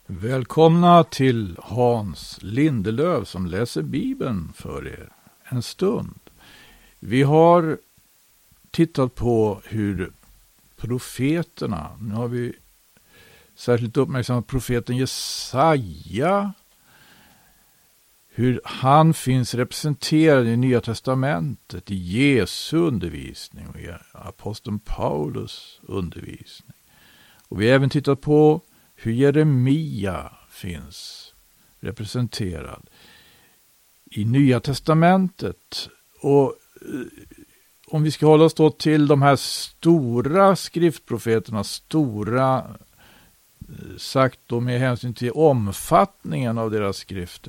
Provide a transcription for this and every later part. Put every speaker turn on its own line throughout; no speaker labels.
Välkomna till Hans Lindelöf som läser Bibeln för er en stund. Vi har tittat på hur profeterna, nu har vi särskilt uppmärksammat profeten Jesaja, hur han finns representerad i Nya testamentet, i Jesu undervisning och i aposteln Paulus undervisning. Och vi har även tittat på hur Jeremia finns representerad i Nya testamentet. Och om vi ska hålla oss då till de här stora skriftprofeterna, stora sagt då med hänsyn till omfattningen av deras skrifter,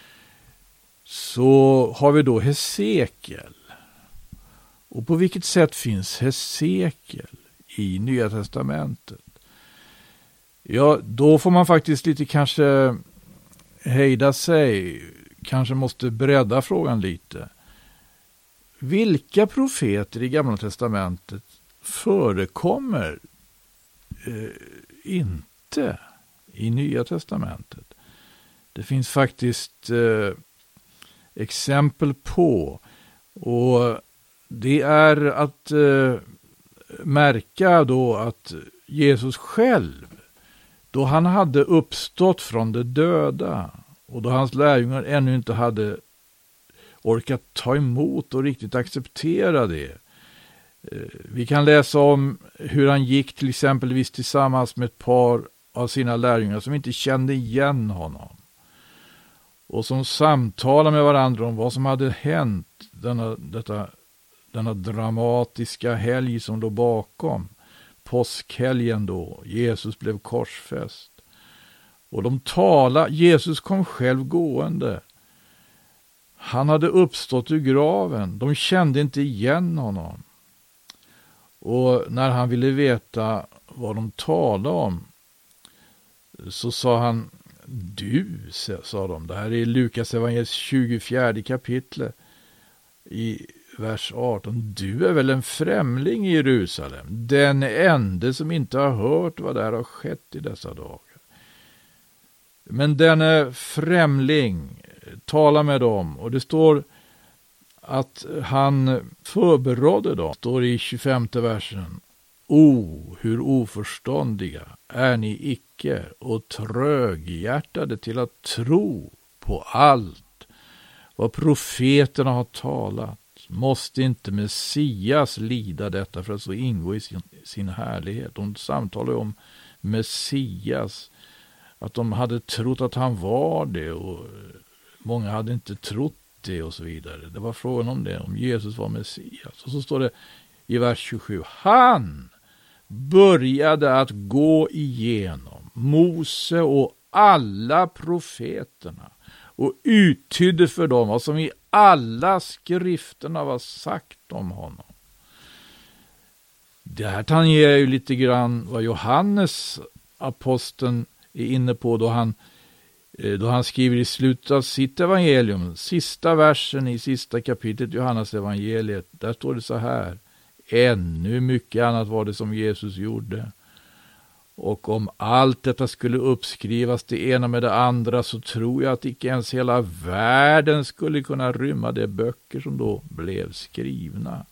så har vi då Hesekiel. Och på vilket sätt finns Hesekiel i Nya testamentet? Ja, då får man faktiskt lite kanske hejda sig, kanske måste bredda frågan lite. Vilka profeter i Gamla testamentet förekommer inte i Nya testamentet? Det finns faktiskt exempel på, och det är att märka då att Jesus själv, då han hade uppstått från de döda och då hans lärjungar ännu inte hade orkat ta emot och riktigt acceptera det. Vi kan läsa om hur han gick till exempelvis tillsammans med ett par av sina lärjungar som inte kände igen honom och som samtalade med varandra om vad som hade hänt denna dramatiska helg som låg bakom. Påskhelgen då Jesus blev korsfäst. Och de talade, Jesus kom själv gående. Han hade uppstått ur graven. De kände inte igen honom. Och när han ville veta vad de talade om, så sa han, du, sa de. Det här är Lukas evangeliets 24 kapitel i vers 18. Du är väl en främling i Jerusalem, den ende som inte har hört vad där har skett i dessa dagar. Men denne främling talar med dem, och det står att han förberådde dem. Det står i 25 versen. Hur oförståndiga är ni icke och tröghjärtade till att tro på allt vad profeterna har talat. Måste inte Messias lida detta för att så ingå i sin härlighet? De samtalar om Messias, att de hade trott att han var det och många hade inte trott det och så vidare. Det var frågan om det, om Jesus var Messias. Och så står det i vers 27. Han började att gå igenom Mose och alla profeterna och uttydde för dem vad som i alla skrifterna var sagt om honom. Det här tangerar ju lite grann vad Johannes aposteln är inne på då han skriver i slutet av sitt evangelium, sista versen i sista kapitlet Johannes evangeliet. Där står det så här: ännu mycket annat var det som Jesus gjorde. Och om allt detta skulle uppskrivas det ena med det andra, så tror jag att inte ens hela världen skulle kunna rymma de böcker som då blev skrivna.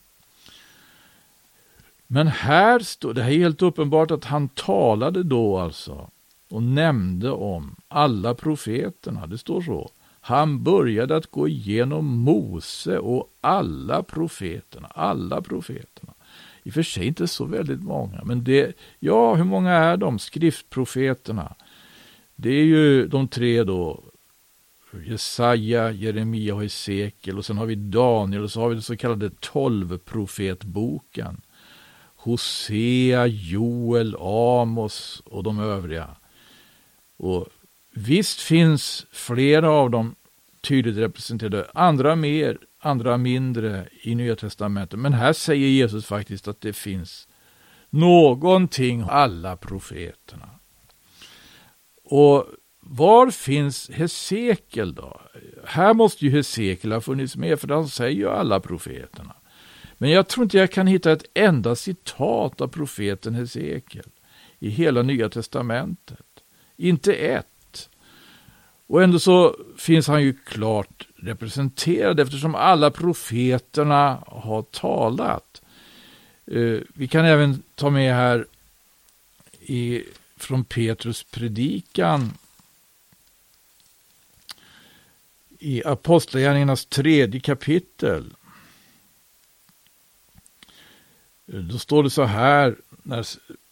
Men här står det helt uppenbart att han talade då alltså och nämnde om alla profeterna. Det står så. Han började att gå igenom Mose och alla profeterna. Alla profeterna. I och för sig inte så väldigt många. Men hur många är de? Skriftprofeterna. Det är ju de tre då. Jesaja, Jeremia och Hesekiel. Och sen har vi Daniel och så har vi den så kallade 12-profetboken. Hosea, Joel, Amos och de övriga. Och visst finns flera av dem tydligt representerade. Andra mer, andra mindre i Nya testamentet. Men här säger Jesus faktiskt att det finns någonting alla profeterna. Och var finns Hesekiel då? Här måste ju Hesekiel ha funnits med, för han säger ju alla profeterna. Men jag tror inte jag kan hitta ett enda citat av profeten Hesekiel i hela Nya testamentet. Inte ett. Och ändå så finns han ju klart representerad eftersom alla profeterna har talat. Vi kan även ta med här från Petrus predikan i Apostlagärningarnas 3:e kapitel. Då står det så här när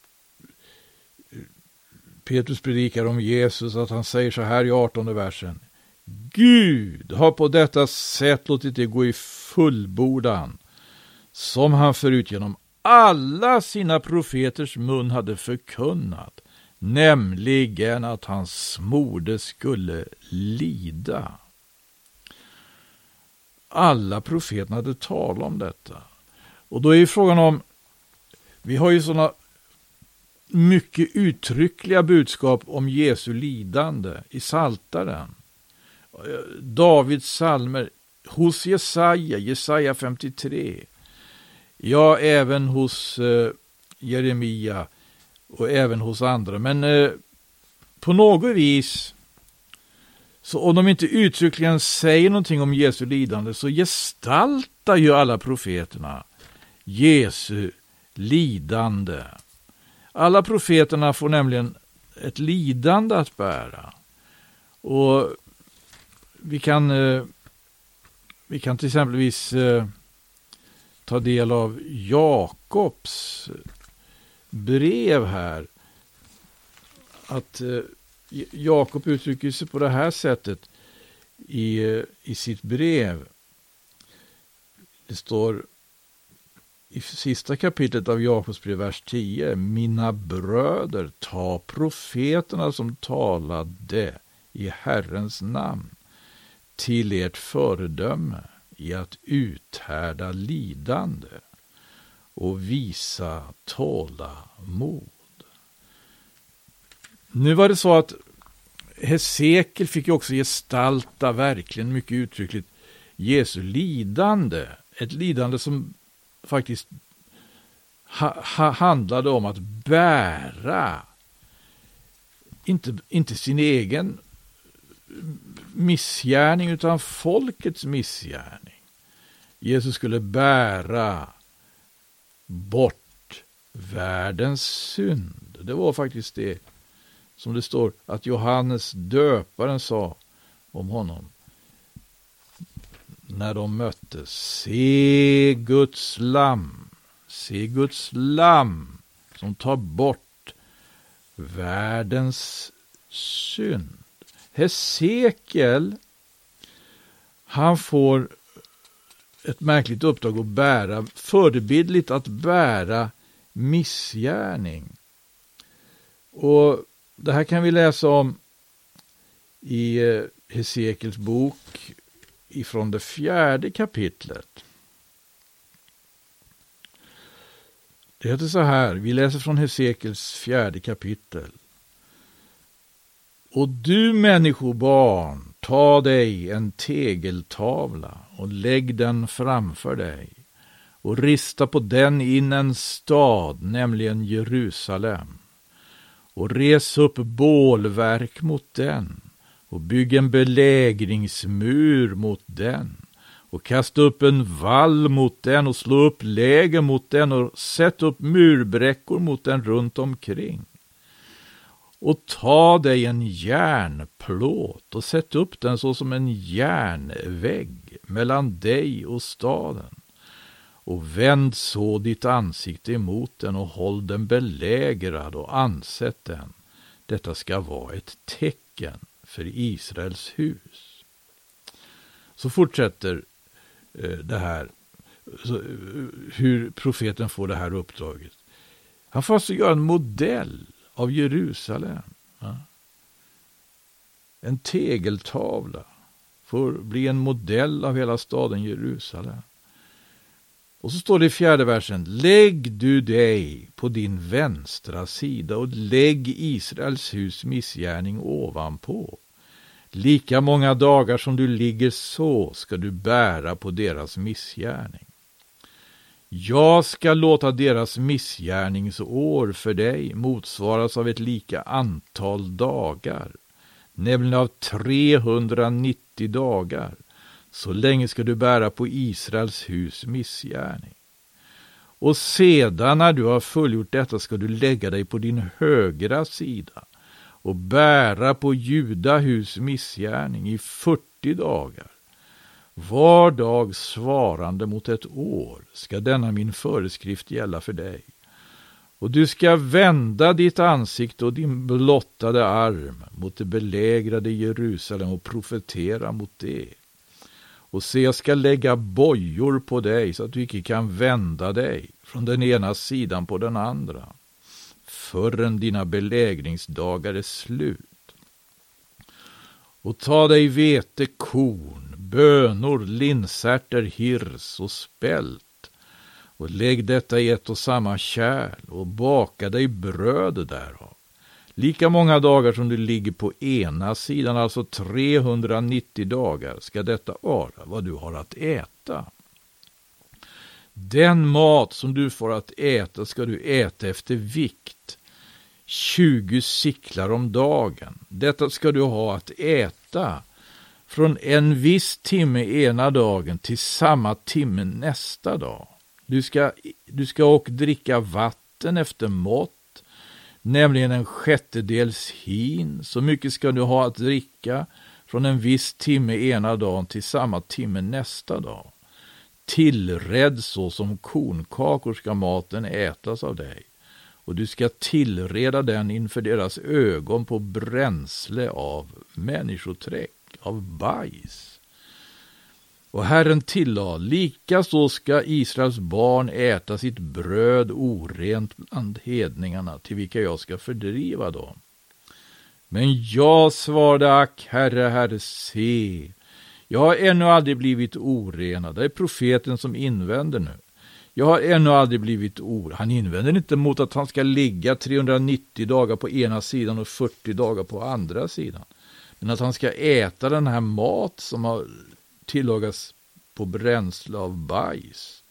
Petrus predikar om Jesus, att han säger så här i 18:e versen. Gud har på detta sätt låtit det gå i fullbordan, som han förut genom alla sina profeters mun hade förkunnat, nämligen att hans moder skulle lida. Alla profeterna hade talat om detta. Och då är ju frågan om, vi har ju sådana mycket uttryckliga budskap om Jesu lidande i Psaltaren. Davids psalmer, hos Jesaja 53. Ja, även hos Jeremia och även hos andra. Men på något vis, så om de inte uttryckligen säger någonting om Jesu lidande, så gestaltar ju alla profeterna Jesu lidande. Alla profeterna får nämligen ett lidande att bära. Och vi kan till exempelvis ta del av Jakobs brev här. Att Jakob uttrycker sig på det här sättet i sitt brev. Det står i sista kapitlet av Jakobs brev, vers 10. Mina bröder, ta profeterna som talade i Herrens namn till ert föredöme i att uthärda lidande och visa tålamod. Nu var det så att Hesekiel fick ju också gestalta verkligen mycket uttryckligt Jesu lidande. Ett lidande som faktiskt handlade om att bära inte sin egen missgärning utan folkets missgärning. Jesus skulle bära bort världens synd. Det var faktiskt det som det står att Johannes döparen sa om honom när de möttes. Se Guds lamm som tar bort världens synd. Hesekiel, han får ett märkligt uppdrag att bära, förebildligt att bära missgärning. Och det här kan vi läsa om i Hesekiels bok ifrån det 4:e kapitlet. Det heter så här, vi läser från Hesekiels 4:e kapitel. Och du människobarn, ta dig en tegeltavla och lägg den framför dig och rista på den in en stad, nämligen Jerusalem. Och res upp bålverk mot den och bygg en belägringsmur mot den och kasta upp en vall mot den och slå upp läger mot den och sätt upp murbräckor mot den runt omkring. Och ta dig en järnplåt och sätt upp den så som en järnvägg mellan dig och staden. Och vänd så ditt ansikte emot den och håll den belägrad och ansätt den. Detta ska vara ett tecken för Israels hus. Så fortsätter det här, hur profeten får det här uppdraget. Han får alltså göra en modell av Jerusalem. Ja. En tegeltavla får bli en modell av hela staden Jerusalem. Och så står det i 4:e versen. Lägg du dig på din vänstra sida och lägg Israels hus missgärning ovanpå. Lika många dagar som du ligger så ska du bära på deras missgärning. Jag ska låta deras missgärningsår för dig motsvaras av ett lika antal dagar, nämligen av 390 dagar. Så länge ska du bära på Israels hus missgärning. Och sedan när du har fullgjort detta ska du lägga dig på din högra sida och bära på Juda hus missgärning i 40 dagar. Var dag svarande mot ett år ska denna min föreskrift gälla för dig. Och du ska vända ditt ansikte och din blottade arm mot det belägrade Jerusalem och profetera mot det. Och se, jag ska lägga bojor på dig så att du icke kan vända dig från den ena sidan på den andra, förrän dina belägringsdagar är slut. Och ta dig vete, korn, bönor, linsärter, hirs och spält, och lägg detta i ett och samma kärl och baka dig bröd därav. Lika många dagar som du ligger på ena sidan, alltså 390 dagar, ska detta vara vad du har att äta. Den mat som du får att äta ska du äta efter vikt, 20 siklar om dagen. Detta ska du ha att äta från en viss timme ena dagen till samma timme nästa dag. Du ska och dricka vatten efter mått, nämligen en sjättedels hin. Så mycket ska du ha att dricka från en viss timme ena dagen till samma timme nästa dag. Tillredd så som kornkakor ska maten ätas av dig. Och du ska tillreda den inför deras ögon på bränsle av människoträck, av bajs. Och Herren tillade, likaså ska Israels barn äta sitt bröd orent bland hedningarna, till vilka jag ska fördriva dem. Men jag svarade, ack, Herre, se, jag har ännu aldrig blivit orenad. Det är profeten som invänder nu. Jag har ännu aldrig blivit orenad. Han invänder inte mot att han ska ligga 390 dagar på ena sidan och 40 dagar på andra sidan. Men att han ska äta den här mat som har tillagas på bränsle av bajs.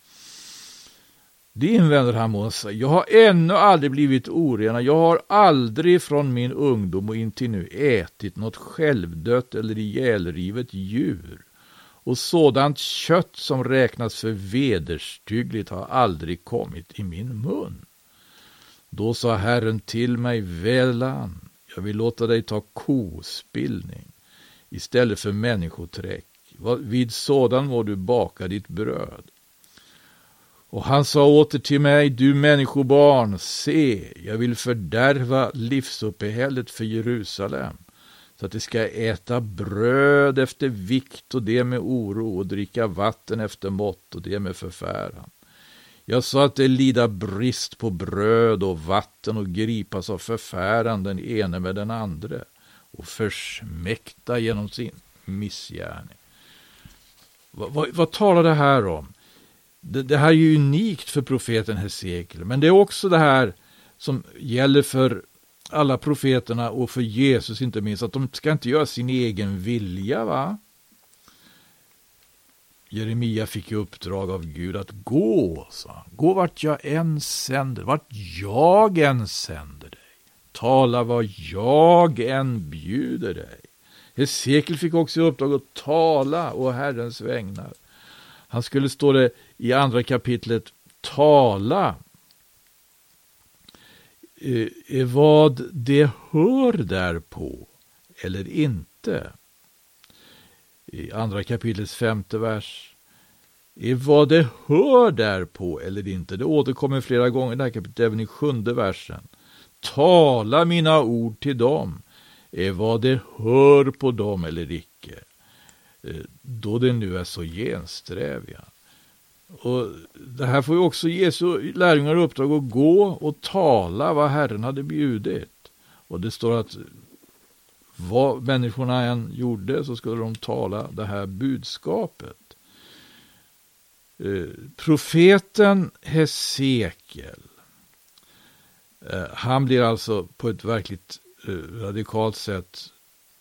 Det invänder han mot sig. Jag har ännu aldrig blivit orenad. Jag har aldrig från min ungdom och intill nu ätit något självdött eller ihjälrivet djur. Och sådant kött som räknas för vederstyggligt har aldrig kommit i min mun. Då sa Herren till mig, välan, jag vill låta dig ta kospillning istället för människoträck. Vid sådan må du baka ditt bröd. Och han sa åter till mig, du människobarn, se, jag vill fördärva livsuppehället för Jerusalem, så att det ska äta bröd efter vikt och det med oro och dricka vatten efter mått och det med förfäran. Jag sa att det lida brist på bröd och vatten och gripas av förfäran den ene med den andre och försmäkta genom sin missgärning. Vad talar det här om? Det här är ju unikt för profeten Hesekiel, men det är också det här som gäller för alla profeterna och för Jesus inte minst, att de ska inte göra sin egen vilja, va? Jeremia fick i uppdrag av Gud att gå, sa. Gå vart jag än sänder, vart jag än sänder dig. Tala vad jag än bjuder dig. Hesekiel fick också i uppdrag att tala å Herrens vägnar. Han skulle, stå det i andra kapitlet, tala vad det hör därpå eller inte. I andra kapitlets 5:e vers. Vad det hör därpå eller inte. Det återkommer flera gånger i det här kapitlet, även i 7:e versen. Tala mina ord till dem. Vad det hör på dem eller icke. Då det nu är så gensträviga. Och det här får ju också Jesu lärjungar uppdrag att gå och tala vad Herren hade bjudit. Och det står att vad människorna än gjorde så skulle de tala det här budskapet. Profeten Hesekiel, han blir alltså på ett verkligt radikalt sätt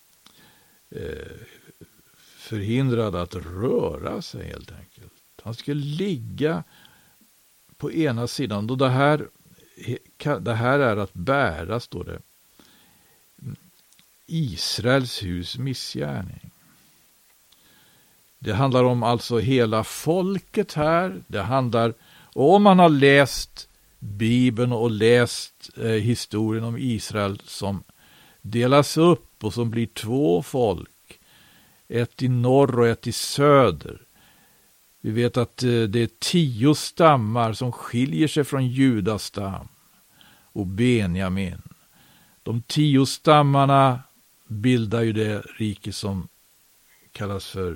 förhindrad att röra sig helt enkelt. Han skulle ligga på ena sidan. Då det här är att bära, står det, Israels hus missgärning. Det handlar om alltså hela folket här. Det handlar, och om man har läst Bibeln och läst historien om Israel som delas upp och som blir 2 folk. Ett i norr och ett i söder. Vi vet att det är 10 stammar som skiljer sig från Judas stam och Benjamin. De 10 stammarna bildar ju det rike som kallas för,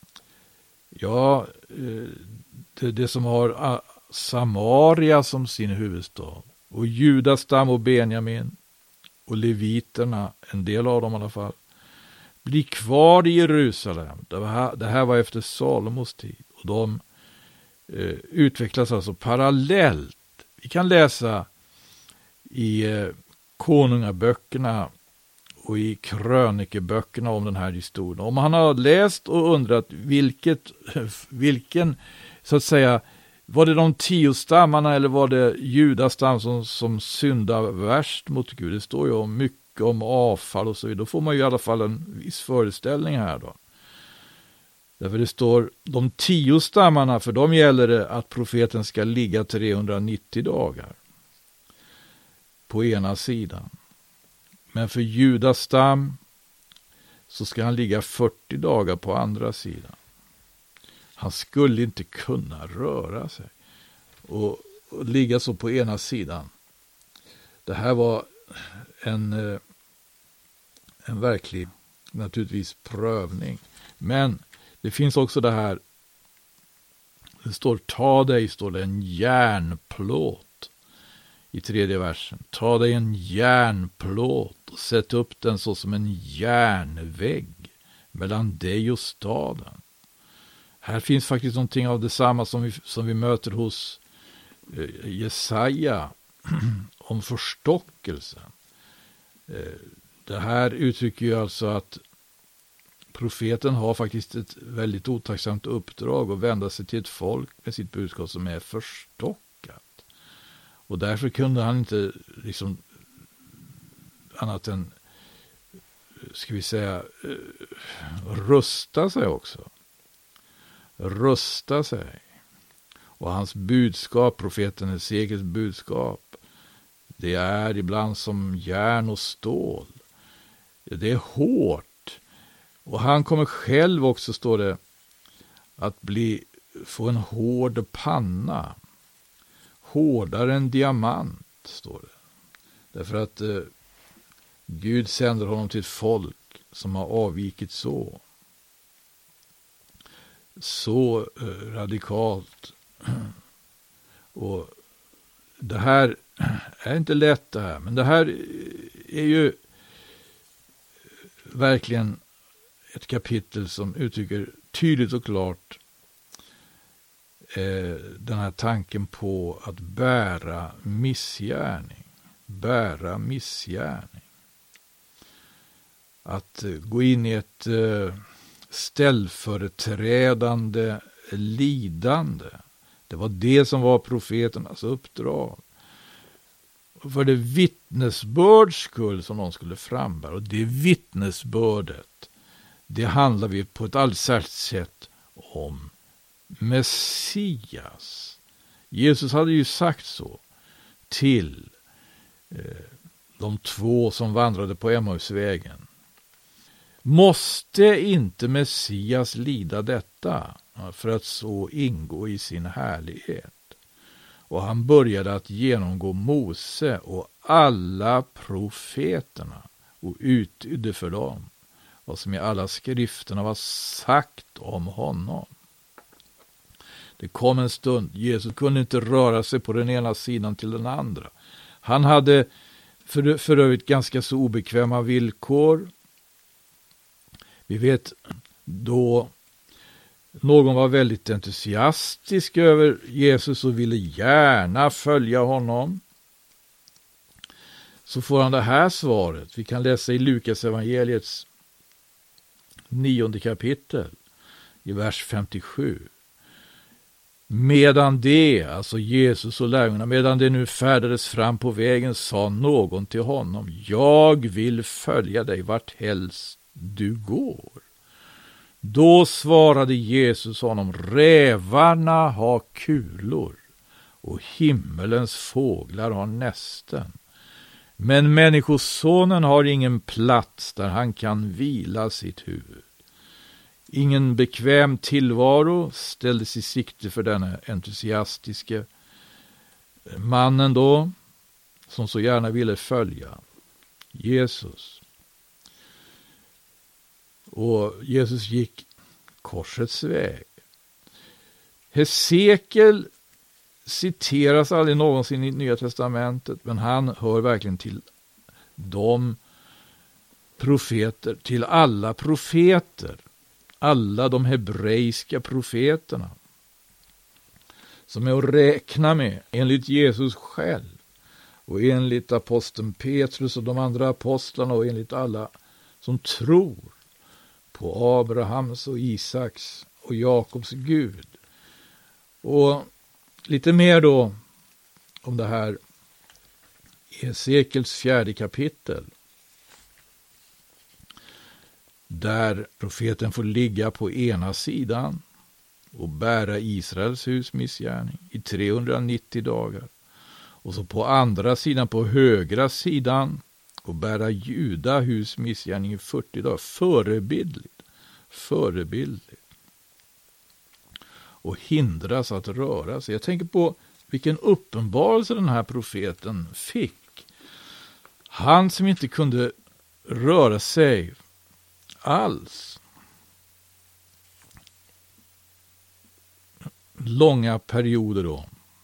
det som har Samaria som sin huvudstad. Och Judas stam och Benjamin och leviterna, en del av dem i alla fall, blir kvar i Jerusalem. Det här var efter Salomos tid. Och de utvecklas alltså parallellt. Vi kan läsa i konungaböckerna och i krönikeböckerna om den här historien. Om han har läst och undrat vilken, så att säga, var det de 10 stammarna eller var det Judas stam som syndade värst mot Gud? Det står ju mycket om avfall och så vidare. Då får man ju i alla fall en viss föreställning här då. Därför det står de 10 stammarna, för dem gäller det att profeten ska ligga 390 dagar på ena sidan. Men för Judas stam så ska han ligga 40 dagar på andra sidan. Han skulle inte kunna röra sig och ligga så på ena sidan. Det här var en verklig, naturligtvis, prövning. Men det finns också det här, det står det en järnplåt i 3:e versen. Ta dig en järnplåt och sätt upp den så som en järnvägg mellan dig och staden. Här finns faktiskt någonting av detsamma som vi möter hos Jesaja om förstockelsen. Det här uttrycker ju alltså att profeten har faktiskt ett väldigt otacksamt uppdrag att vända sig till ett folk med sitt budskap som är förstockat. Och därför kunde han inte liksom annat än, ska vi säga, rusta sig också. Rusta sig. Och hans budskap, profeten Hesekiels budskap, det är ibland som järn och stål. Det är hårt. Och han kommer själv också, står det, att få en hård panna. Hårdare än diamant, står det. Därför att Gud sänder honom till ett folk som har avvikit så radikalt. Och det här är inte lätt det här. Men det här är ju verkligen ett kapitel som uttrycker tydligt och klart den här tanken på att bära missgärning. Bära missgärning. Att gå in i ett ställföreträdande lidande. Det var det som var profeternas uppdrag. För det vittnesbörds skull som de skulle frambära. Och det vittnesbördet, det handlar vi på ett alldeles särskilt sätt om Messias. Jesus hade ju sagt så till de 2 som vandrade på Emmausvägen. Måste inte Messias lida detta för att så ingå i sin härlighet? Och han började att genomgå Mose och alla profeterna och utydde för dem vad som i alla skrifterna var sagt om honom. Det kom en stund, Jesus kunde inte röra sig på den ena sidan till den andra. Han hade för övrigt ganska så obekväma villkor. Vi vet då någon var väldigt entusiastisk över Jesus och ville gärna följa honom. Så får han det här svaret. Vi kan läsa i Lukas evangeliets 9:e kapitel i vers 57. Medan det, alltså Jesus och lärjungarna, medan det nu färdades fram på vägen, sa någon till honom: jag vill följa dig vart helst du går. Då svarade Jesus honom: rävarna har kulor och himmelens fåglar har nästen, men människosonen har ingen plats där han kan vila sitt huvud. Ingen bekväm tillvaro ställdes i sikte för denna entusiastiske mannen då, som så gärna ville följa Jesus. Och Jesus gick korsets väg. Hesekiel citeras aldrig någonsin i Nya testamentet, men han hör verkligen till de profeter, till alla profeter, alla de hebreiska profeterna, som är att räkna med enligt Jesus själv och enligt aposteln Petrus och de andra apostlarna och enligt alla som tror på Abrahams och Isaks och Jakobs Gud. Och lite mer då om det här Hesekiels 4:e kapitel, där profeten får ligga på ena sidan och bära Israels hus missgärning i 390 dagar. Och så på andra sidan, på högra sidan, och bära Juda hus missgärning i 40 dagar. Förebildligt. Och hindras att röra sig. Jag tänker på vilken uppenbarelse den här profeten fick. Han som inte kunde röra sig alls långa perioder då.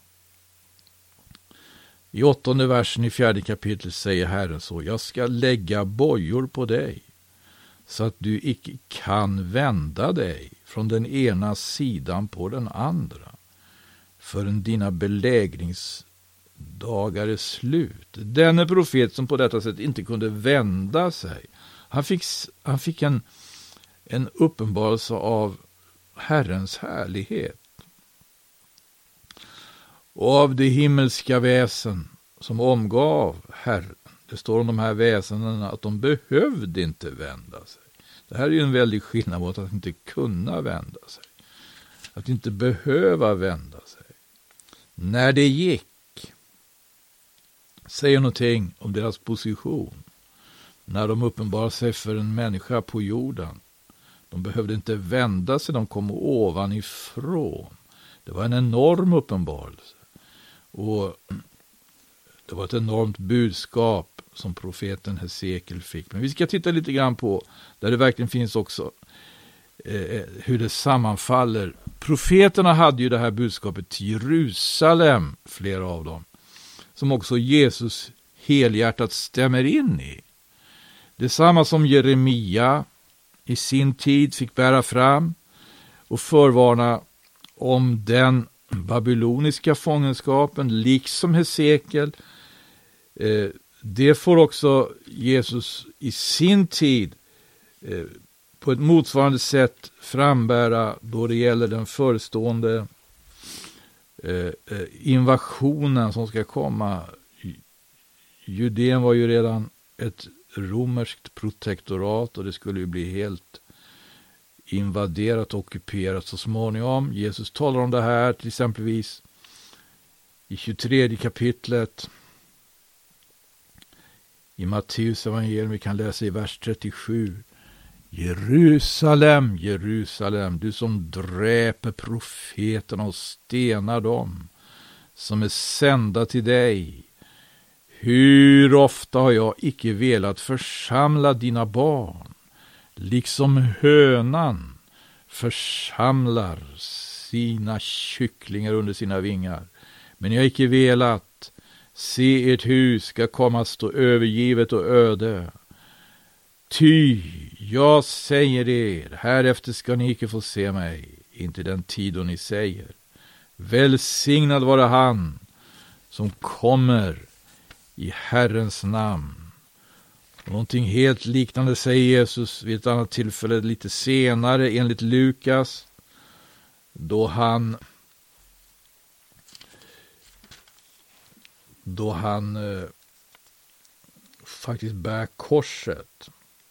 I 8:e versen i 4:e kapitlet säger Herren så: jag ska lägga bojor på dig så att du icke kan vända dig från den ena sidan på den andra förrän dina belägringsdagar är slut. Denne profet som på detta sätt inte kunde vända sig, han fick en uppenbarelse av Herrens härlighet och av det himmelska väsen som omgav Herren. Det står om de här väsendena att de behövde inte vända sig. Det här är ju en väldig skillnad mot att inte kunna vända sig. Att inte behöva vända sig. När det gick, säger någonting om deras position. När de uppenbarar sig för en människa på jorden. De behövde inte vända sig, de kom ovanifrån. Det var en enorm uppenbarelse. Och det var ett enormt budskap som profeten Hesekiel fick. Men vi ska titta lite grann på där det verkligen finns också hur det sammanfaller. Profeterna hade ju det här budskapet till Jerusalem, flera av dem, som också Jesus helhjärtat stämmer in i. Det är samma som Jeremia i sin tid fick bära fram och förvarna om den babyloniska fångenskapen, liksom Hesekiel. Det får också Jesus i sin tid på ett motsvarande sätt frambära då det gäller den förestående invasionen som ska komma. Judeen var ju redan ett romerskt protektorat och det skulle ju bli helt invaderat och ockuperat så småningom. Jesus talar om det här till exempelvis i 23 kapitlet i Matteus evangelium. Vi kan läsa i vers 37. Jerusalem, Jerusalem, du som dräper profeterna och stenar dem som är sända till dig. Hur ofta har jag icke velat församla dina barn, liksom hönan församlar sina kycklingar under sina vingar. Men jag har icke velat. Se, ert hus ska komma att stå övergivet och öde. Ty, jag säger er, härefter ska ni icke få se mig, inte den tid då ni säger. Välsignad vare han som kommer i Herrens namn. Någonting helt liknande säger Jesus vid ett annat tillfälle lite senare enligt Lukas, då han då han faktiskt bär korset.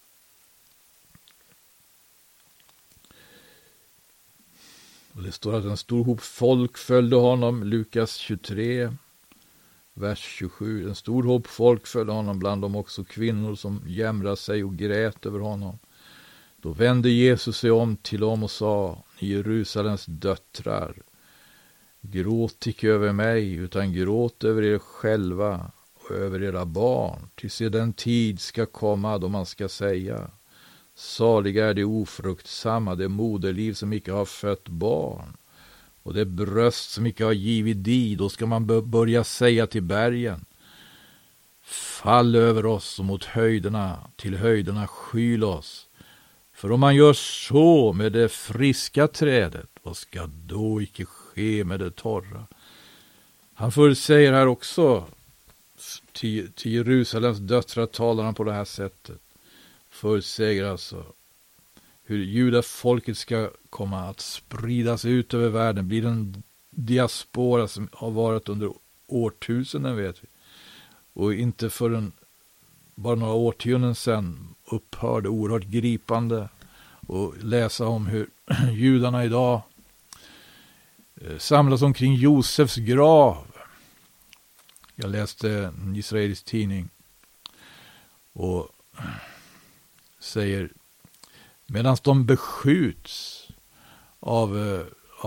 Och det står att en stor hop folk följde honom, Lukas 23, vers 27. En stor hop folk följde honom, bland dem också kvinnor som jämrade sig och grät över honom. Då vände Jesus sig om till dem och sa: Ni Jerusalems döttrar, gråt icke över mig, utan gråt över er själva och över era barn, tills den tid ska komma då man ska säga: Saliga är de ofruktsamma, det moderliv som icke har fött barn, och det bröst som icke har givit di. Då ska man börja säga till bergen: Fall över oss, och mot höjderna, till höjderna skyl oss. För om man gör så med det friska trädet, vad ska då icke ske med det torra? Han förutsäger här också till Jerusalems döttrar, talar han på det här sättet. Förutsäger alltså hur judafolket ska komma att spridas ut över världen. Blir en diaspora som har varit under årtusenden, vet vi. Och inte förrän bara några årtionden sedan upphörde. Oerhört gripande. Och läsa om hur judarna idag samlas omkring Josefs grav. Jag läste en israelisk tidning och säger: medan de beskjuts av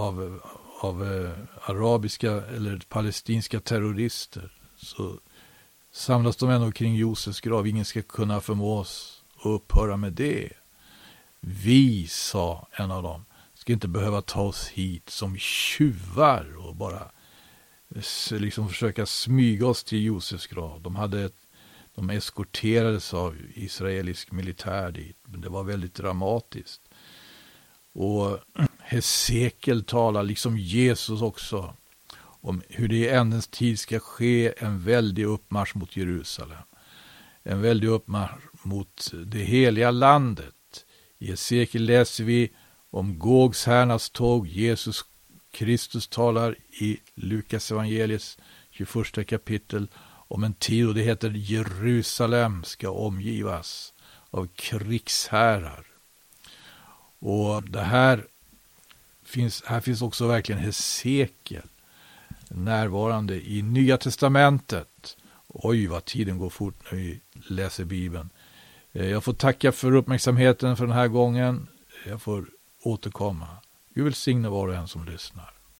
arabiska eller palestinska terrorister, så samlas de ändå kring Josefs grav. Ingen ska kunna förmå oss att upphöra med det. Vi, sa en av dem, ska inte behöva ta oss hit som tjuvar och bara liksom försöka smyga oss till Josefs grav. De eskorterades av israelisk militär dit. Men det var väldigt dramatiskt. Och Hesekiel talar, liksom Jesus också, om hur det i ändens tid ska ske en väldig uppmarsch mot Jerusalem. En väldig uppmarsch mot det heliga landet. I Hesekiel läser vi om Gogs härnas tåg. Jesus Kristus talar i Lukas evangeliets 21 kapitel om en tid, och det heter Jerusalem ska omgivas av krigsherrar. Och här finns också verkligen Hesekiel närvarande i Nya testamentet. Oj, vad tiden går fort när vi läser Bibeln. Jag får tacka för uppmärksamheten för den här gången. Jag får återkomma. Gud välsigne var och en som lyssnar.